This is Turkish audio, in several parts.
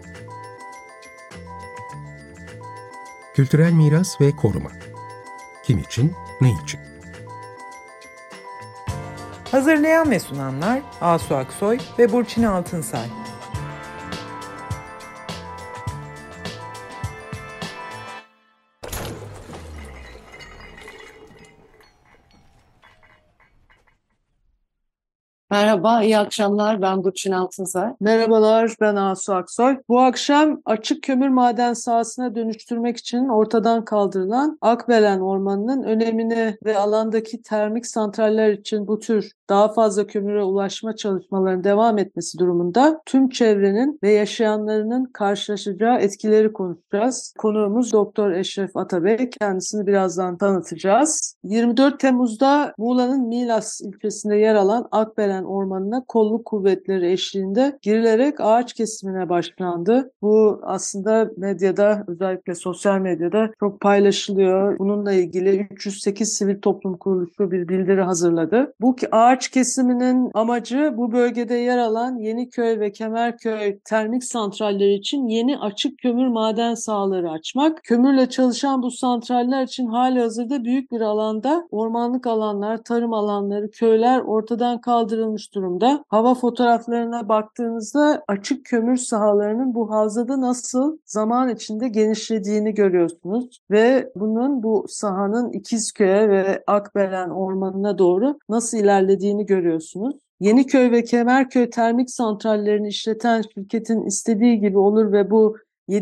Kültürel miras ve koruma. Kim için, ne için? Hazırlayan ve sunanlar Asu Aksoy ve Burçin Altınsay. Merhaba, iyi akşamlar. Ben Burçin Altınsay. Merhabalar, ben Asu Aksoy. Bu akşam açık kömür maden sahasına dönüştürmek için ortadan kaldırılan Akbelen Ormanı'nın önemini ve alandaki termik santraller için bu tür daha fazla kömüre ulaşma çalışmalarının devam etmesi durumunda tüm çevrenin ve yaşayanlarının karşılaşacağı etkileri konuşacağız. Konuğumuz Doktor Eşref Atabey. Kendisini birazdan tanıtacağız. 24 Temmuz'da Muğla'nın Milas ilçesinde yer alan Akbelen Ormanı'na kolluk kuvvetleri eşliğinde girilerek ağaç kesimine başlandı. Bu aslında medyada, özellikle sosyal medyada çok paylaşılıyor. Bununla ilgili 308 sivil toplum kuruluşu bir bildiri hazırladı. Bu ağaç kesiminin amacı bu bölgede yer alan Yeniköy ve Kemerköy termik santralleri için yeni açık kömür maden sahaları açmak. Kömürle çalışan bu santraller için halihazırda büyük bir alanda ormanlık alanlar, tarım alanları, köyler ortadan kaldırılmış durumda. Hava fotoğraflarına baktığınızda açık kömür sahalarının bu havzada nasıl zaman içinde genişlediğini görüyorsunuz ve bunun bu sahanın İkizköy'e ve Akbelen Ormanı'na doğru nasıl ilerlediğini görüyorsunuz. Yeniköy ve Kemerköy termik santrallerini işleten şirketin istediği gibi olur ve bu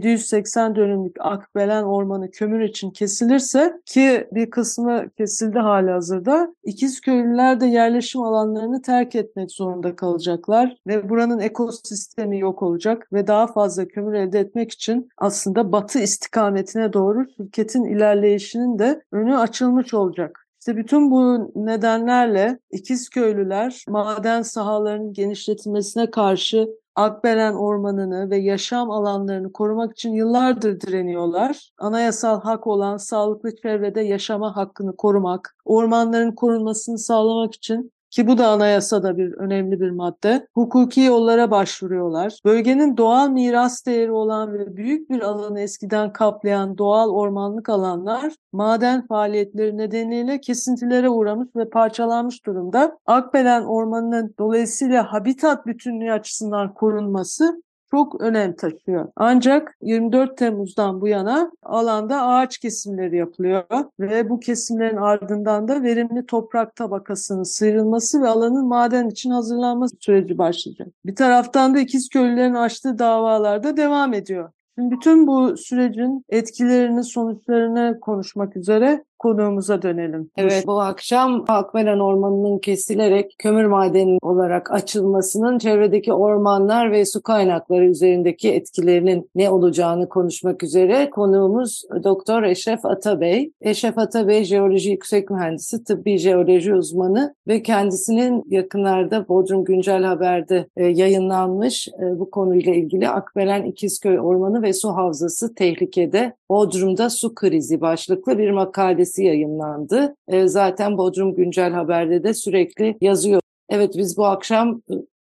780 dönümlük Akbelen Ormanı kömür için kesilirse, ki bir kısmı kesildi halihazırda, İkizköylüler de yerleşim alanlarını terk etmek zorunda kalacaklar ve buranın ekosistemi yok olacak ve daha fazla kömür elde etmek için aslında batı istikametine doğru şirketin ilerleyişinin de önü açılmış olacak. İşte bütün bu nedenlerle İkizköylüler maden sahalarının genişletilmesine karşı Akbelen Ormanı'nı ve yaşam alanlarını korumak için yıllardır direniyorlar. Anayasal hak olan sağlıklı çevrede yaşama hakkını korumak, ormanların korunmasını sağlamak için, ki bu da anayasada bir önemli bir madde, hukuki yollara başvuruyorlar. Bölgenin doğal miras değeri olan ve büyük bir alanı eskiden kaplayan doğal ormanlık alanlar maden faaliyetleri nedeniyle kesintilere uğramış ve parçalanmış durumda. Akbelen Ormanı'nın dolayısıyla habitat bütünlüğü açısından korunması çok önem taşıyor. Ancak 24 Temmuz'dan bu yana alanda ağaç kesimleri yapılıyor ve bu kesimlerin ardından da verimli toprak tabakasının sıyrılması ve alanın maden için hazırlanması süreci başlayacak. Bir taraftan da İkizköylülerin açtığı davalar da devam ediyor. Şimdi bütün bu sürecin etkilerini, sonuçlarını konuşmak üzere konuğumuza dönelim. Evet, bu akşam Akbelen Ormanı'nın kesilerek kömür madeni olarak açılmasının çevredeki ormanlar ve su kaynakları üzerindeki etkilerinin ne olacağını konuşmak üzere konuğumuz Doktor Eşref Atabey. Eşref Atabey, jeoloji yüksek mühendisi, tıbbi jeoloji uzmanı ve kendisinin yakınlarda Bodrum Güncel Haber'de yayınlanmış bu konuyla ilgili Akbelen İkizköy Ormanı ve Su Havzası Tehlikede, Bodrum'da Su Krizi başlıklı bir makalesi yayınlandı. Zaten Bodrum Güncel Haber'de de sürekli yazıyor. Evet, biz bu akşam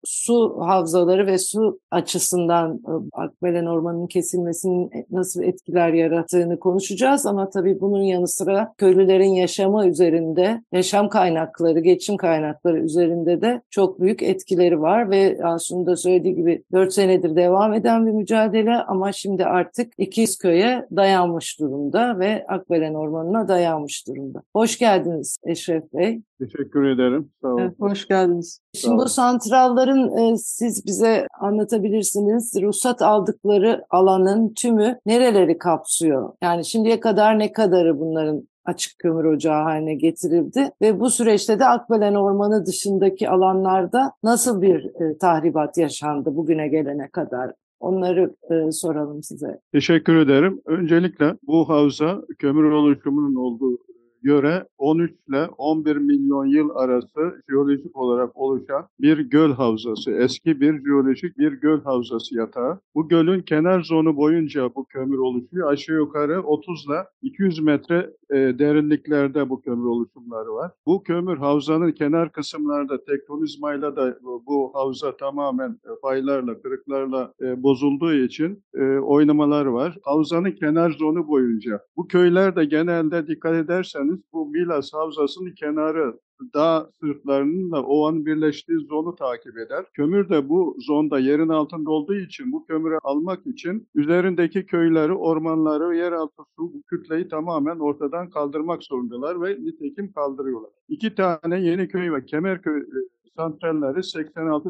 su havzaları ve su açısından Akbelen Ormanı'nın kesilmesinin nasıl etkiler yarattığını konuşacağız. Ama tabii bunun yanı sıra köylülerin yaşamı üzerinde, yaşam kaynakları, geçim kaynakları üzerinde de çok büyük etkileri var ve Asun'un da söylediği gibi 4 senedir devam eden bir mücadele ama şimdi artık İkizköy'e dayanmış durumda ve Akbelen Ormanı'na dayanmış durumda. Hoş geldiniz Eşref Bey. Teşekkür ederim. Sağ olun. Evet, hoş geldiniz. Şimdi bu santralların siz bize anlatabilirsiniz. Ruhsat aldıkları alanın tümü nereleri kapsıyor? Yani şimdiye kadar ne kadarı bunların açık kömür ocağı haline getirildi ve bu süreçte de Akbelen Ormanı dışındaki alanlarda nasıl bir tahribat yaşandı bugüne gelene kadar? Onları soralım size. Teşekkür ederim. Öncelikle bu havza kömür oluşumunun olduğu göre 13 ile 11 milyon yıl arası jeolojik olarak oluşan bir göl havzası. Eski bir jeolojik bir göl havzası yatağı. Bu gölün kenar zonu boyunca bu kömür oluşuyor. Aşağı yukarı 30 ile 200 metre derinliklerde bu kömür oluşumları var. Bu kömür havzanın kenar kısımlarda tektonizmayla da bu havza tamamen faylarla, kırıklarla bozulduğu için oynamalar var. Havzanın kenar zonu boyunca. Bu köyler de genelde dikkat ederseniz bu Milas Havzası'nın kenarı dağ sırtlarının ovanın birleştiği zonu takip eder. Kömür de bu zonda yerin altında olduğu için bu kömürü almak için üzerindeki köyleri, ormanları, yeraltı su bu kütleyi tamamen ortadan kaldırmak zorundalar ve nitekim kaldırıyorlar. 2 tane Yeniköy ve Kemerköy santralleri 86,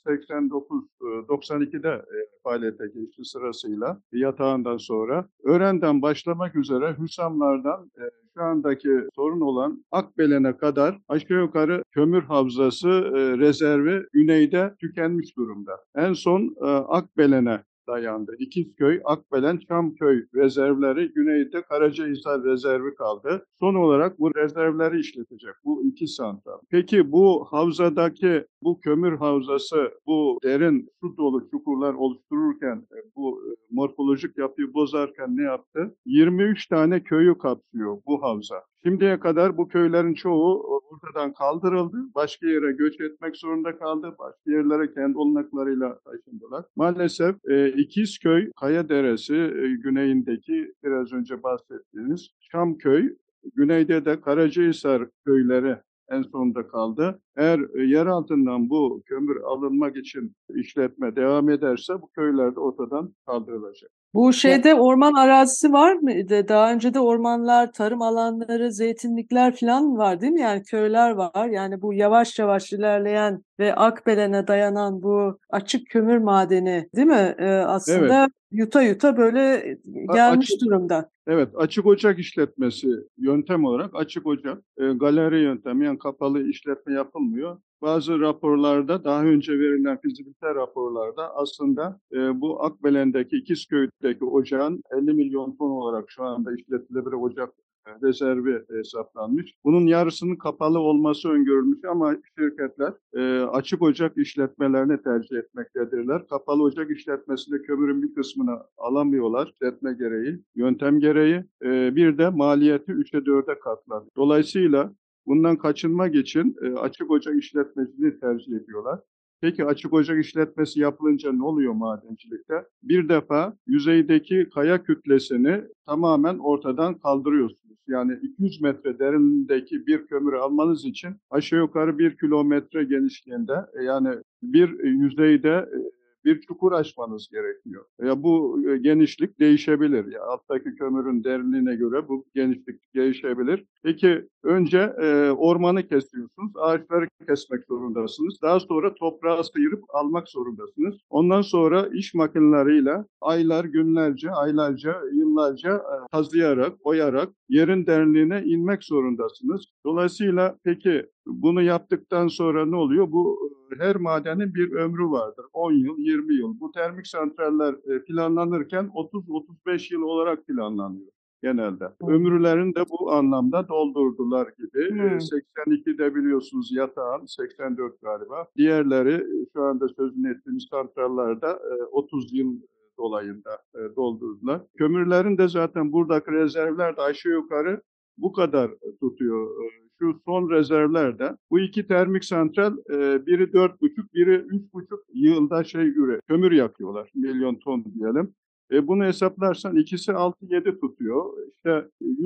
89, 92'de faaliyete geçti sırasıyla yatağından sonra. Ören'den başlamak üzere Hüsamlardan şu andaki sorun olan Akbelen'e kadar aşağı yukarı kömür havzası rezervi güneyde tükenmiş durumda. En son Akbelen'e dayandı. İkizköy, Akbelen, Çamköy rezervleri, güneyde Karacahisar rezervi kaldı. Son olarak bu rezervleri işletecek bu 2 santral. Peki bu havzadaki bu kömür havzası bu derin su dolu çukurlar oluştururken bu morfolojik yapıyı bozarken ne yaptı? 23 tane köyü kapsıyor bu havza. Şimdiye kadar bu köylerin çoğu ortadan kaldırıldı. Başka yere göç etmek zorunda kaldı. Başka yerlere kendi olanaklarıyla taşındılar. Maalesef İkizköy, Kayaderesi güneyindeki biraz önce bahsettiğiniz Çamköy, güneyde de Karacahisar köyleri en sonunda kaldı. Eğer yer altından bu kömür alınmak için işletme devam ederse bu köyler de ortadan kaldırılacak. Bu şeyde orman arazisi var mıydı? Daha önce de ormanlar, tarım alanları, zeytinlikler falan var değil mi? Yani köyler var. Yani bu yavaş yavaş ilerleyen ve Akbelen'e dayanan bu açık kömür madeni değil mi? Aslında Evet. yuta yuta böyle gelmiş durumda. Evet, açık ocak işletmesi yöntem olarak açık ocak, galeri yöntemi yani kapalı işletme yapılmıyor. Bazı raporlarda daha önce verilen fizibilite raporlarda aslında bu Akbelen'deki İkizköy'deki ocağın 50 milyon ton olarak şu anda işletilebilir ocak rezervi hesaplanmış. Bunun yarısının kapalı olması öngörülmüş ama şirketler açık ocak işletmelerini tercih etmektedirler. Kapalı ocak işletmesinde kömürün bir kısmını alamıyorlar işletme gereği, yöntem gereği. Bir de maliyeti 3'e 4'e katlar. Dolayısıyla bundan kaçınmak için açık ocak işletmesini tercih ediyorlar. Peki açık ocak işletmesi yapılınca ne oluyor madencilikte? Bir defa yüzeydeki kaya kütlesini tamamen ortadan kaldırıyorsunuz. Yani 200 metre derinliğindeki bir kömürü almanız için aşağı yukarı 1 kilometre genişliğinde yani bir yüzeyde bir çukur açmanız gerekiyor. Ya bu genişlik değişebilir. Ya alttaki kömürün derinliğine göre bu genişlik değişebilir. Peki önce ormanı kesiyorsunuz, ağaçları kesmek zorundasınız. Daha sonra toprağı sıyırıp almak zorundasınız. Ondan sonra iş makineleriyle aylar, günlerce, aylarca, yıllarca kazıyarak, oyarak yerin derinliğine inmek zorundasınız. Dolayısıyla peki bunu yaptıktan sonra ne oluyor? Bu her madenin bir ömrü vardır. 10 yıl, 20 yıl. Bu termik santraller planlanırken 30-35 yıl olarak planlanıyor genelde. Ömürlerini de bu anlamda doldurdular gibi. 82'de biliyorsunuz yatağın, 84 galiba. Diğerleri şu anda sözünü ettiğimiz santrallerde 30 yıl dolayında doldurdular. Kömürlerin de zaten buradaki rezervler de aşağı yukarı bu kadar tutuyor. Şu son rezervlerde bu 2 termik santral biri 4,5 biri 3,5 yılda kömür yakıyorlar. Milyon ton diyelim. Bunu hesaplarsan ikisi 6-7 tutuyor. İşte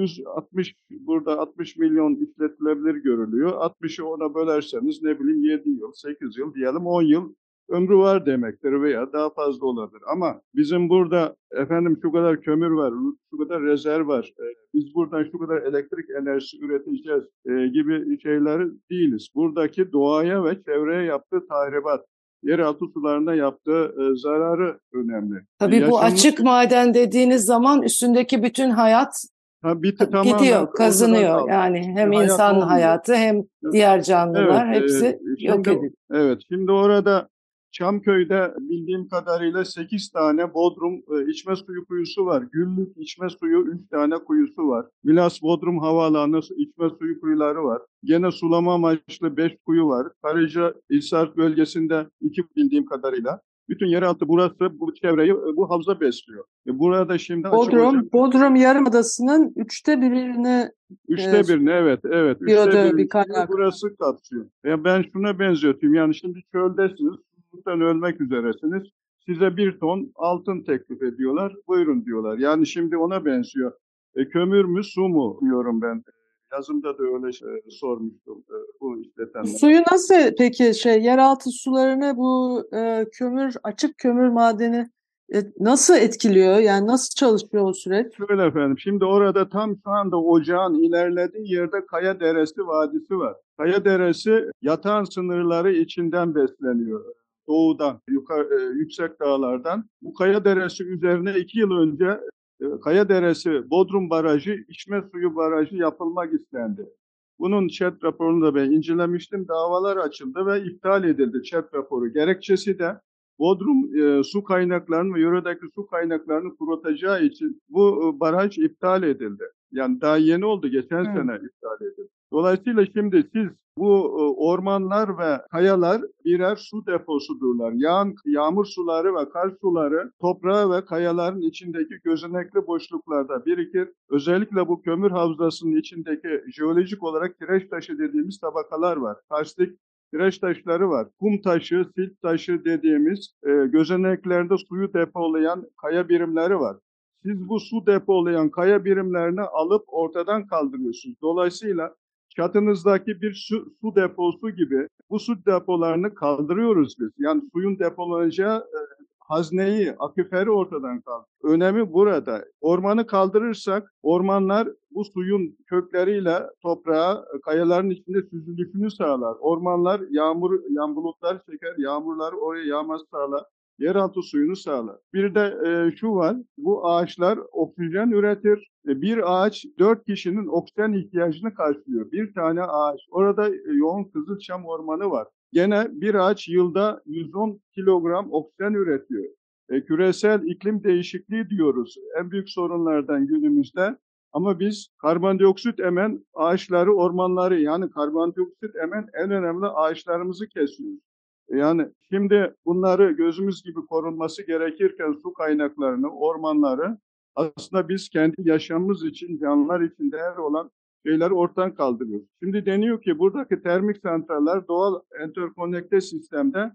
160 burada 60 milyon işletilebilir görülüyor. 60'ı ona bölerseniz ne bileyim 7 yıl, 8 yıl diyelim 10 yıl ömrü var demektir veya daha fazla olabilir. Ama bizim burada efendim şu kadar kömür var, şu kadar rezerv var, biz buradan şu kadar elektrik enerjisi üreteceğiz gibi şeyler değiliz. Buradaki doğaya ve çevreye yaptığı tahribat, yeraltı sularına yaptığı zararı önemli. Tabii bu açık maden dediğiniz zaman üstündeki bütün hayat gidiyor, kazınıyor. Yani hem insan hayatı hem diğer canlılar hepsi yok ediliyor. Evet, şimdi orada Çamköy'de bildiğim kadarıyla 8 tane Bodrum içme suyu kuyusu var. Güllük içme suyu 3 tane kuyusu var. Milas Bodrum Havaalanı içme suyu kuyuları var. Gene sulama amaçlı 5 kuyu var. Karacahisar bölgesinde 2 bildiğim kadarıyla. Bütün yeraltı burası, bu çevreyi bu havza besliyor. Burada şimdi Bodrum Yarımadası'nın 1/3'ine evet. bir kaynak. Burası kapsıyor. Ben şuna benziyorum. Yani şimdi çöldesiniz, susuzluktan ölmek üzeresiniz. Size 1 ton altın teklif ediyorlar. Buyurun diyorlar. Yani şimdi ona benziyor. Kömür mü, su mu diyorum ben. Yazımda da öyle sormuştum bu işletenler. Suyu nasıl peki yeraltı sularını bu açık kömür madeni nasıl etkiliyor? Yani nasıl çalışıyor o süreç? Şöyle efendim, şimdi orada tam şu anda ocağın ilerlediği yerde Kaya Deresi Vadisi var. Kaya Deresi yatağın sınırları içinden besleniyor. Doğudan, yüksek dağlardan. Bu Kaya Deresi üzerine 2 yıl önce Kaya Deresi Bodrum Barajı, içme suyu barajı yapılmak istendi. Bunun ÇED raporunu da ben incelemiştim. Davalar açıldı ve iptal edildi ÇED raporu. Gerekçesi de Bodrum su kaynaklarını ve yöredeki su kaynaklarını kurutacağı için bu baraj iptal edildi. Yani daha yeni oldu, geçen sene iptal edildi. Dolayısıyla şimdi siz bu ormanlar ve kayalar birer su deposudurlar. Yağmur suları ve kar suları toprağı ve kayaların içindeki gözenekli boşluklarda birikir. Özellikle bu kömür havzasının içindeki jeolojik olarak kireç taşı dediğimiz tabakalar var. Karstik kireç taşları var. Kum taşı, silt taşı dediğimiz gözeneklerde suyu depolayan kaya birimleri var. Siz bu su depolayan kaya birimlerini alıp ortadan kaldırıyorsunuz. Dolayısıyla çatınızdaki bir su deposu gibi bu su depolarını kaldırıyoruz biz. Yani suyun depolanacağı hazneyi, akiferi ortadan kaldırıyor. Önemi burada. Ormanı kaldırırsak ormanlar bu suyun kökleriyle toprağa, kayaların içinde süzülüşünü sağlar. Ormanlar bulutlar çeker, yağmurları oraya yağması sağlar. Yeraltı suyunu sağlar. Bir de şu var, bu ağaçlar oksijen üretir. Bir ağaç 4 kişinin oksijen ihtiyacını karşılıyor. Bir tane ağaç. Orada yoğun Kızılçam ormanı var. Gene bir ağaç yılda 110 kilogram oksijen üretiyor. Küresel iklim değişikliği diyoruz. En büyük sorunlardan günümüzde. Ama biz karbondioksit emen ağaçları, ormanları, yani karbondioksit emen en önemli ağaçlarımızı kesiyoruz. Yani şimdi bunları gözümüz gibi korunması gerekirken su kaynaklarını, ormanları aslında biz kendi yaşamımız için, canlılar için değerli olan şeyleri ortadan kaldırıyoruz. Şimdi deniyor ki buradaki termik santraller doğal enterkonekte sistemde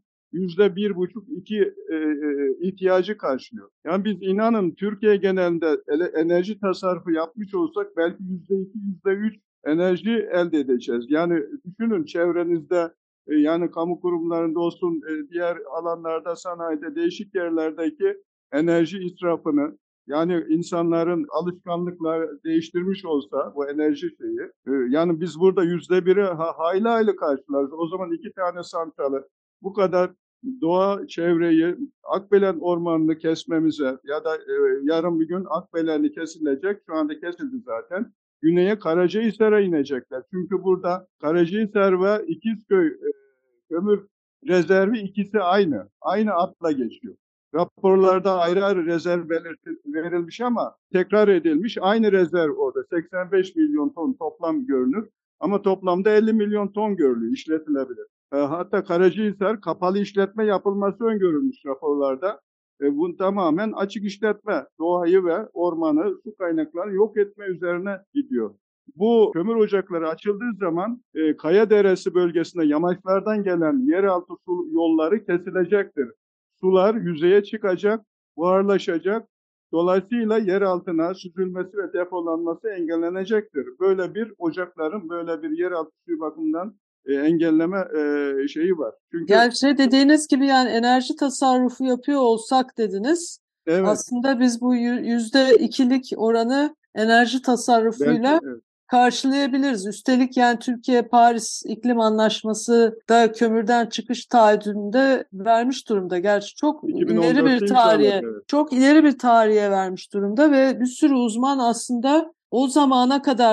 %1,5-2 ihtiyacı karşılıyor. Yani biz inanın Türkiye genelinde enerji tasarrufu yapmış olsak belki %2, %3 enerji elde edeceğiz. Yani düşünün çevrenizde yani kamu kurumlarında olsun, diğer alanlarda, sanayide, değişik yerlerdeki enerji israfını, yani insanların alışkanlıkları değiştirmiş olsa bu enerji şeyi, yani biz burada %1'i hayli hayli karşılarız. O zaman 2 tane santralı bu kadar doğa çevreyi, Akbelen ormanını kesmemize ya da yarın bir gün Akbelen'i kesilecek, şu anda kesildi zaten. Güneye Karacahisar'a inecekler. Çünkü burada Karacahisar ve İkizköy kömür rezervi ikisi aynı. Aynı atla geçiyor. Raporlarda ayrı ayrı rezerv verilmiş ama tekrar edilmiş. Aynı rezerv orada. 85 milyon ton toplam görünür. Ama toplamda 50 milyon ton görülüyor, işletilebilir. Hatta Karacahisar kapalı işletme yapılması öngörülmüş raporlarda. Bu tamamen açık işletme, doğayı ve ormanı, su kaynaklarını yok etme üzerine gidiyor. Bu kömür ocakları açıldığı zaman Kaya Deresi bölgesinde yamaçlardan gelen yeraltı su yolları kesilecektir. Sular yüzeye çıkacak, buharlaşacak. Dolayısıyla yer altına süzülmesi ve depolanması engellenecektir. Böyle bir ocakların, böyle bir yeraltı suyu bakımından engelleme şeyi var. Çünkü yani dediğiniz gibi yani enerji tasarrufu yapıyor olsak dediniz. evet, aslında biz bu %2'lik oranı enerji tasarrufuyla karşılayabiliriz. Üstelik yani Türkiye Paris İklim Anlaşması da kömürden çıkış taahhüdünde vermiş durumda. Gerçi çok ileri bir tarihe, çok ileri bir tarihe vermiş durumda ve bir sürü uzman aslında o zamana kadar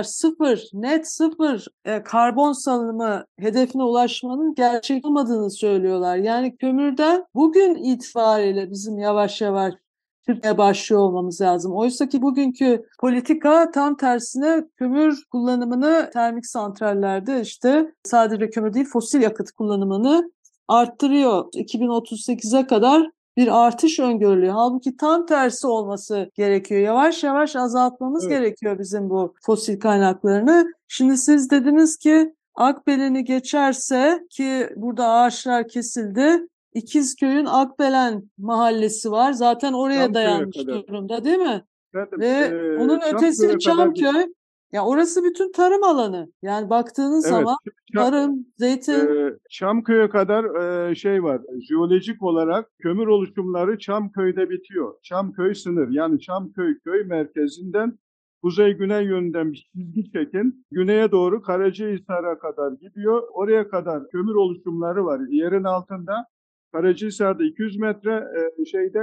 net sıfır karbon salınımı hedefine ulaşmanın gerçek olmadığını söylüyorlar. Yani kömürden bugün itibariyle bizim yavaş yavaş Türkiye başlıyor olmamız lazım. Oysa ki bugünkü politika tam tersine kömür kullanımını termik santrallerde işte sadece kömür değil fosil yakıt kullanımını arttırıyor. 2038'e kadar bir artış öngörülüyor. Halbuki tam tersi olması gerekiyor. Yavaş yavaş azaltmamız Evet. gerekiyor bizim bu fosil kaynaklarını. Şimdi siz dediniz ki Akbelen'i geçerse ki burada ağaçlar kesildi. İkizköy'ün Akbelen mahallesi var. Zaten oraya Çamköy'e dayanmış kadar. durumda değil mi? Zaten, Ve onun ötesi Çamköy'e kadar Çamköy. Ya orası bütün tarım alanı. Yani baktığınız evet. zaman tarım, zeytin. Çamköy'e kadar şey var. Jeolojik olarak kömür oluşumları Çamköy'de bitiyor. Çamköy sınır. Yani Çamköy köy merkezinden kuzey-güney yönünden bir çizgi çekin. Güneye doğru Karacahisar'a kadar gidiyor. Oraya kadar kömür oluşumları var. Yerin altında Karacahisar'da 200 metre, şeyde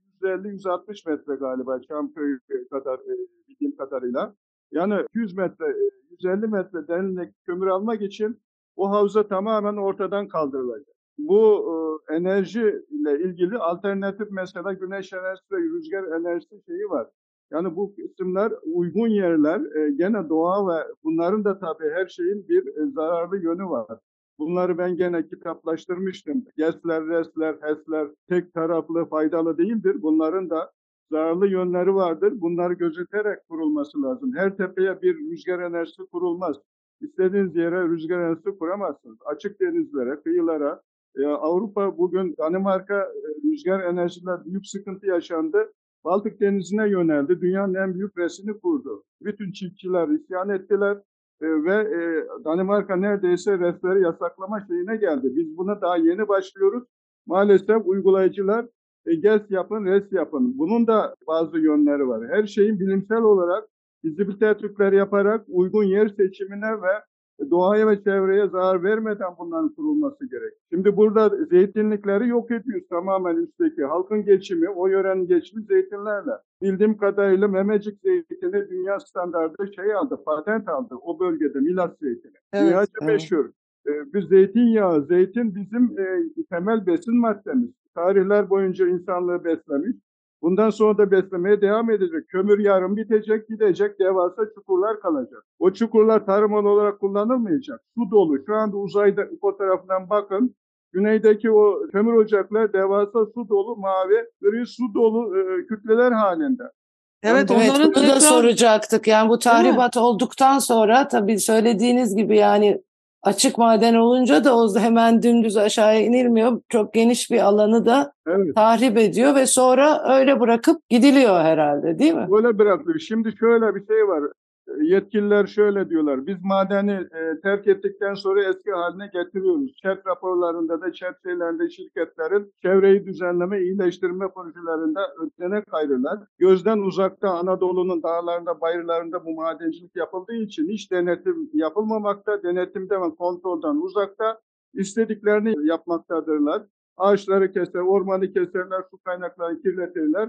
250-160 metre galiba Çamköy kadar bildiğim kadarıyla. Yani 200 metre, 150 metre derinlik kömür almak için o havza tamamen ortadan kaldırılacak. Bu enerji ile ilgili alternatif mesela güneş enerjisi ve rüzgar enerjisi şeyi var. Yani bu kısımlar uygun yerler, gene doğa ve bunların da tabii her şeyin bir zararlı yönü var. Bunları ben gene kitaplaştırmıştım. GES'ler, RES'ler, HES'ler tek taraflı faydalı değildir. Bunların da zararlı yönleri vardır. Bunları gözeterek kurulması lazım. Her tepeye bir rüzgar enerjisi kurulmaz. İstediğiniz yere rüzgar enerjisi kuramazsınız. Açık denizlere, kıyılara. Avrupa bugün Danimarka rüzgar enerjiler büyük sıkıntı yaşandı. Baltık Denizi'ne yöneldi. Dünyanın en büyük resini kurdu. Bütün çiftçiler isyan ettiler ve Danimarka neredeyse resleri yasaklama şeyine geldi. Biz buna daha yeni başlıyoruz. Maalesef uygulayıcılar GES yapın, RES yapın. Bunun da bazı yönleri var. Her şeyin bilimsel olarak fizibilite tüpleri yaparak uygun yer seçimine ve doğaya ve çevreye zarar vermeden bunların kurulması gerek. Şimdi burada zeytinlikleri yok ediyoruz tamamen üstteki. Halkın geçimi, o yörenin geçimi zeytinlerle. Bildiğim kadarıyla Memecik zeytini dünya standartı şey aldı, patent aldı o bölgede Milas zeytini. Evet, Dünyaca evet. meşhur. Bir zeytinyağı, zeytin bizim temel besin maddemiz. Tarihler boyunca insanlığı beslemiş. Bundan sonra da beslemeye devam edecek. Kömür yarın bitecek, gidecek, devasa çukurlar kalacak. O çukurlar tarımsal olarak kullanılmayacak. Su dolu. Şu anda uzayda fotoğrafından bakın. Güneydeki o kömür ocakları devasa su dolu, mavi, gri su dolu kütleler halinde. Evet, Evet, onların bunu da tekrar soracaktık. Yani bu Değil mi? tahribat olduktan sonra tabii söylediğiniz gibi yani açık maden olunca da o hemen dümdüz aşağıya inilmiyor. Çok geniş bir alanı da Evet. tahrip ediyor ve sonra öyle bırakıp gidiliyor herhalde, değil mi? Böyle bırakılıyor. Şimdi şöyle bir şey var. Yetkililer şöyle diyorlar. Biz madeni terk ettikten sonra eski haline getiriyoruz. ÇED raporlarında da ÇED şeylerinde şirketlerin çevreyi düzenleme, iyileştirme projelerinde ödenek ayrılar. Gözden uzakta Anadolu'nun dağlarında, bayırlarında bu madencilik yapıldığı için hiç denetim yapılmamakta. Denetimde ve kontrolden uzakta istediklerini yapmaktadırlar. Ağaçları keser, ormanı keserler, su kaynaklarını kirletirler.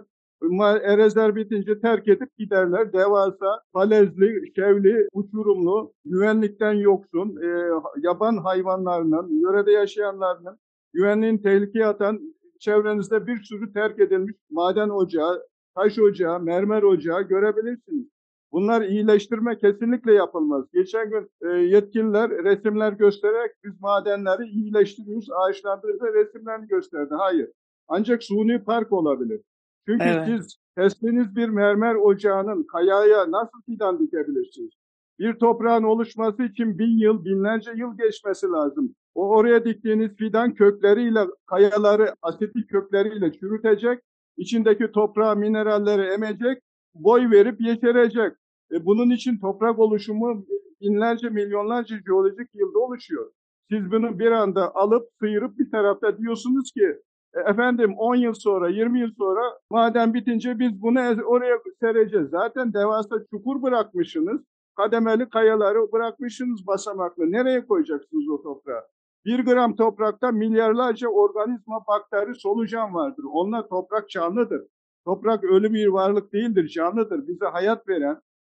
Erezler bitince terk edip giderler. Devasa, falezli, şevli, uçurumlu, güvenlikten yoksun, yaban hayvanlarının, yörede yaşayanların, güvenliğini tehlikeye atan çevrenizde bir sürü terk edilmiş maden ocağı, taş ocağı, mermer ocağı görebilirsiniz. Bunlar iyileştirme kesinlikle yapılmaz. Geçen gün yetkililer resimler göstererek biz madenleri iyileştiriyoruz, ağaçlandırıyoruz ve resimlerini gösterdi. Hayır. Ancak suni park olabilir. Çünkü Evet. siz kestiğiniz bir mermer ocağının kayaya nasıl fidan dikebilirsiniz? Bir toprağın oluşması için 1000 yıl, binlerce yıl geçmesi lazım. O oraya diktiğiniz fidan kökleriyle, kayaları asitik kökleriyle çürütecek, içindeki toprağı, mineralleri emecek, boy verip yeşerecek. Bunun için toprak oluşumu binlerce, milyonlarca jeolojik yılda oluşuyor. Siz bunu bir anda alıp sıyırıp bir tarafta diyorsunuz ki efendim 10 yıl sonra, 20 yıl sonra maden bitince biz bunu oraya sereceğiz. Zaten devasa çukur bırakmışsınız. Kademeli kayaları bırakmışsınız basamaklı. Nereye koyacaksınız o toprağı? 1 gram toprakta milyarlarca organizma, bakteri, solucan vardır. Onlar toprak canlıdır. Toprak ölü bir varlık değildir, canlıdır. Bize hayat veren,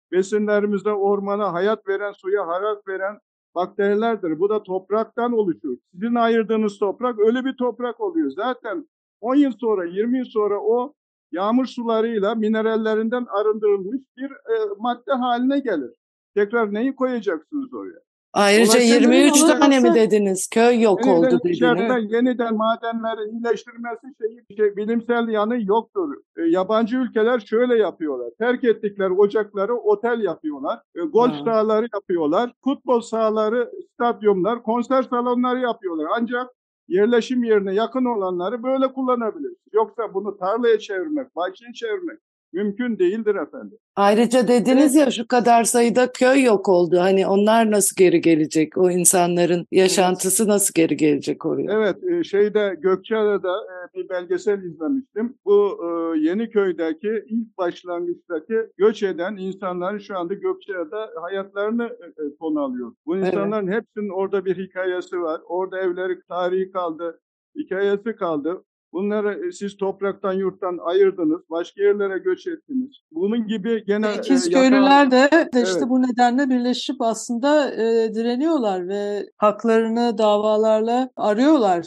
besinlerimizde ormana hayat veren, suya hayat veren bakterilerdir. Bu da topraktan oluşur. Sizin ayırdığınız toprak ölü bir toprak oluyor. Zaten 10 yıl sonra, 20 yıl sonra o yağmur sularıyla minerallerinden arındırılmış bir madde haline gelir. Tekrar neyi koyacaksınız oraya? Ayrıca Dolayısıyla 23 tane mi olursa- dediniz? Köy yok oldu dediniz. Yeniden madenleri iyileştirmesi bilimsel yanı yoktur. Yabancı ülkeler şöyle yapıyorlar. Terk ettikleri ocakları otel yapıyorlar. Golf sahaları yapıyorlar. Futbol sahaları, stadyumlar, konser salonları yapıyorlar. Ancak yerleşim yerine yakın olanları böyle kullanabilir. Yoksa bunu tarlaya çevirmek, bahçeye çevirmek mümkün değildir efendim. Ayrıca dediniz ya şu kadar sayıda köy yok oldu. Hani onlar nasıl geri gelecek? O insanların yaşantısı nasıl geri gelecek oraya? Evet, Gökçeada'da bir belgesel izlemiştim. Bu Yeniköy'deki ilk başlangıçtaki göç eden insanların şu anda Gökçeada hayatlarını konu alıyor. Bu insanların hepsinin orada bir hikayesi var. Orada evleri tarihi kaldı, hikayesi kaldı. Bunları siz topraktan, yurttan ayırdınız, başka yerlere göç ettiniz. Bunun gibi gene İkizköylüler de işte Evet. bu nedenle birleşip aslında direniyorlar ve haklarını davalarla arıyorlar.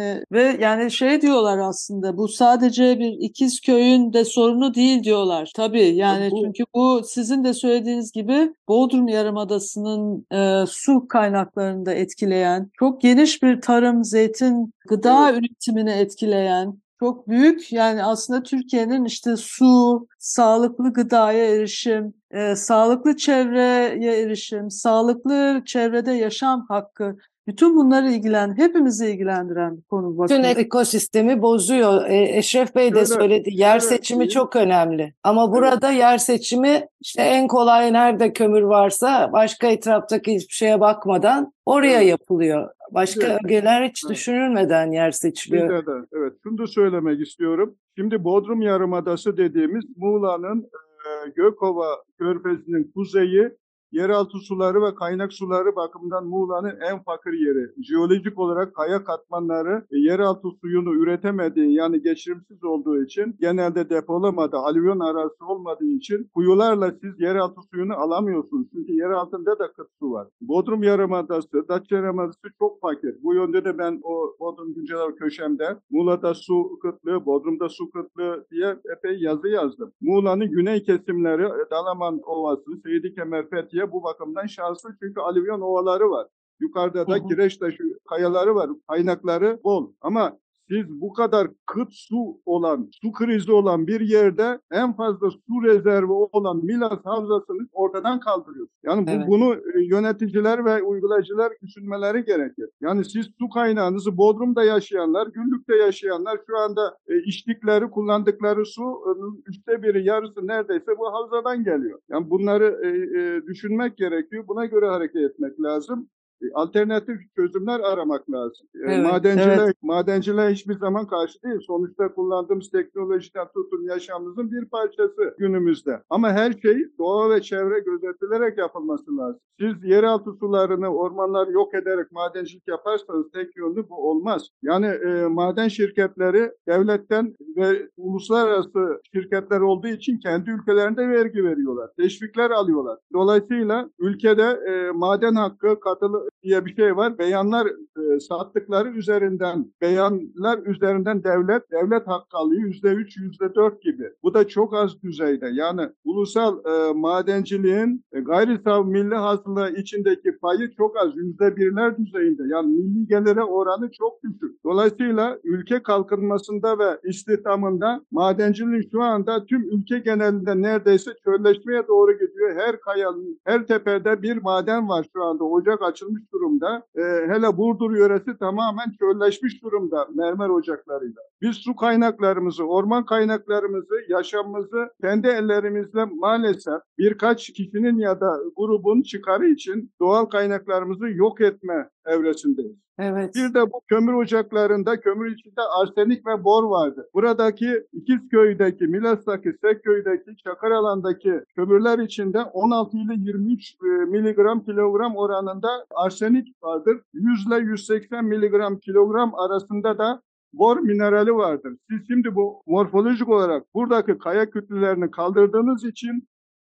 Yani şey diyorlar aslında, bu sadece bir İkizköy'ün de sorunu değil diyorlar. Tabii yani çünkü bu sizin de söylediğiniz gibi Bodrum Yarımadası'nın su kaynaklarını da etkileyen, çok geniş bir tarım, zeytin, gıda üretimini etkileyen, çok büyük, yani aslında Türkiye'nin işte su, sağlıklı gıdaya erişim, sağlıklı çevreye erişim, sağlıklı çevrede yaşam hakkı, bütün bunları hepimizi ilgilendiren bir konu. Bütün ekosistemi bozuyor. Eşref Bey de söyledi. Yer seçimi çok önemli. Ama burada yer seçimi işte en kolay nerede kömür varsa başka etraftaki hiçbir şeye bakmadan oraya yapılıyor. Başka bölgeler hiç düşünülmeden yer seçiliyor. Evet, şunu da söylemek istiyorum. Şimdi Bodrum Yarımadası dediğimiz Muğla'nın Gökova Körfezi'nin kuzeyi, yeraltı suları ve kaynak suları bakımından Muğla'nın en fakir yeri. Jeolojik olarak kaya katmanları yeraltı suyunu üretemediği, yani geçirimsiz olduğu için, genelde depolamadı, alüvyon arazisi olmadığı için kuyularla siz yeraltı suyunu alamıyorsunuz. Çünkü yer altında da kıt su var. Bodrum Yarımadası, Datça Yarımadası çok fakir. Bu yönde de ben o Bodrum Güncel köşemde Muğla'da su kıtlığı, Bodrum'da su kıtlığı diye epey yazı yazdım. Muğla'nın güney kesimleri, Dalaman Ovası, Seydi Kemer, Fethiye bu bakımdan şanslı çünkü alüvyon ovaları var. Yukarıda da kireç taşı kayaları var, kaynakları bol. Ama siz bu kadar kıt su krizi olan bir yerde en fazla su rezervi olan Milas Havzası'nı ortadan kaldırıyorsunuz. Yani bunu yöneticiler ve uygulayıcılar düşünmeleri gerekir. Yani siz su kaynağınızı Bodrum'da yaşayanlar, Güllük'te yaşayanlar şu anda içtikleri, kullandıkları su 1/3, yarısı neredeyse bu havzadan geliyor. Yani bunları düşünmek gerekiyor. Buna göre hareket etmek lazım. Alternatif çözümler aramak lazım. Madenciler hiçbir zaman karşı değil. Sonuçta kullandığımız teknolojiden tutun yaşamımızın bir parçası günümüzde. Ama her şey doğa ve çevre gözetilerek yapılması lazım. Siz yeraltı sularını, ormanları yok ederek madencilik yaparsanız tek yönlü bu olmaz. Yani maden şirketleri devletten ve uluslararası şirketler olduğu için kendi ülkelerinde vergi veriyorlar. Teşvikler alıyorlar. Dolayısıyla ülkede maden hakkı katılı diye bir şey var. Beyanlar sattıkları üzerinden, beyanlar üzerinden devlet hakkı alıyor. %3, %4 gibi. Bu da çok az düzeyde. Yani ulusal madenciliğin gayri safi milli hasıla içindeki payı çok az. %1'ler düzeyinde. Yani milli gelire oranı çok düşük. Dolayısıyla ülke kalkınmasında ve istihdamında madenciliğin şu anda tüm ülke genelinde neredeyse çölleşmeye doğru gidiyor. Her kayanın, her tepede bir maden var şu anda. Ocak açılmış durumda. Hele Burdur yöresi tamamen çölleşmiş durumda mermer ocaklarıyla. Biz su kaynaklarımızı, orman kaynaklarımızı, yaşamımızı kendi ellerimizle maalesef birkaç kişinin ya da grubun çıkarı için doğal kaynaklarımızı yok etme evresindeyiz. Evet. Bir de bu kömür ocaklarında kömür içinde arsenik ve bor vardı. Buradaki İkizköy'deki, Milas'taki, Sekköy'deki, Çakaralan'daki kömürler içinde 16 ile 23 miligram kilogram oranında arsenik vardır. 100 ile 180 miligram kilogram arasında da bor minerali vardır. Siz şimdi bu morfolojik olarak buradaki kaya kütlelerini kaldırdığınız için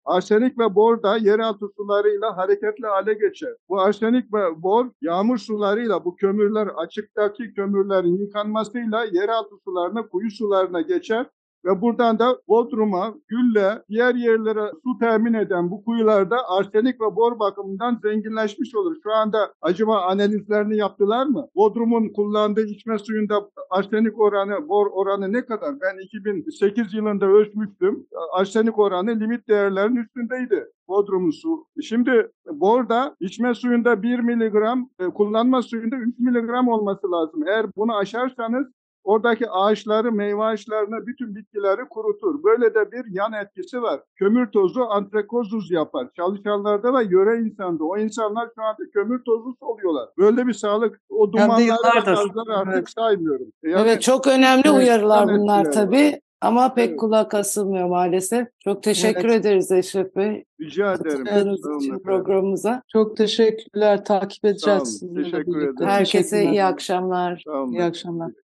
Arsenik ve bor da yeraltı sularıyla hareketli hale geçer. Bu arsenik ve bor yağmur sularıyla bu kömürler, açıktaki kömürlerin yıkanmasıyla yeraltı sularına, kuyu sularına geçer. Ve buradan da Bodrum'a, Gülle, diğer yerlere su temin eden bu kuyularda arsenik ve bor bakımından zenginleşmiş olur. Şu anda acaba analizlerini yaptılar mı? Bodrum'un kullandığı içme suyunda arsenik oranı, bor oranı ne kadar? Ben 2008 yılında ölçmüştüm. Arsenik oranı limit değerlerin üstündeydi. Bodrum'un su. Şimdi borda içme suyunda 1 miligram, kullanma suyunda 3 miligram olması lazım. Eğer bunu aşarsanız oradaki ağaçları, meyve ağaçlarını, bütün bitkileri kurutur. Böyle de bir yan etkisi var. Kömür tozu antrekozuz yapar. Çalışanlarda da yöre insanda. O insanlar şu anda kömür tozu oluyorlar. Böyle bir sağlık, o dumanları, gazları artık saymıyorum. Yani, evet, çok önemli uyarılar bunlar var. tabii. Ama pek kulak asılmıyor maalesef. Çok teşekkür ederiz Eşref Bey. Rica ederim. Katıldığınız için programımıza. Çok teşekkürler. Takip edeceğiz. Sağ olun. Teşekkür ederim. Herkese iyi akşamlar. Sağ olun. İyi akşamlar.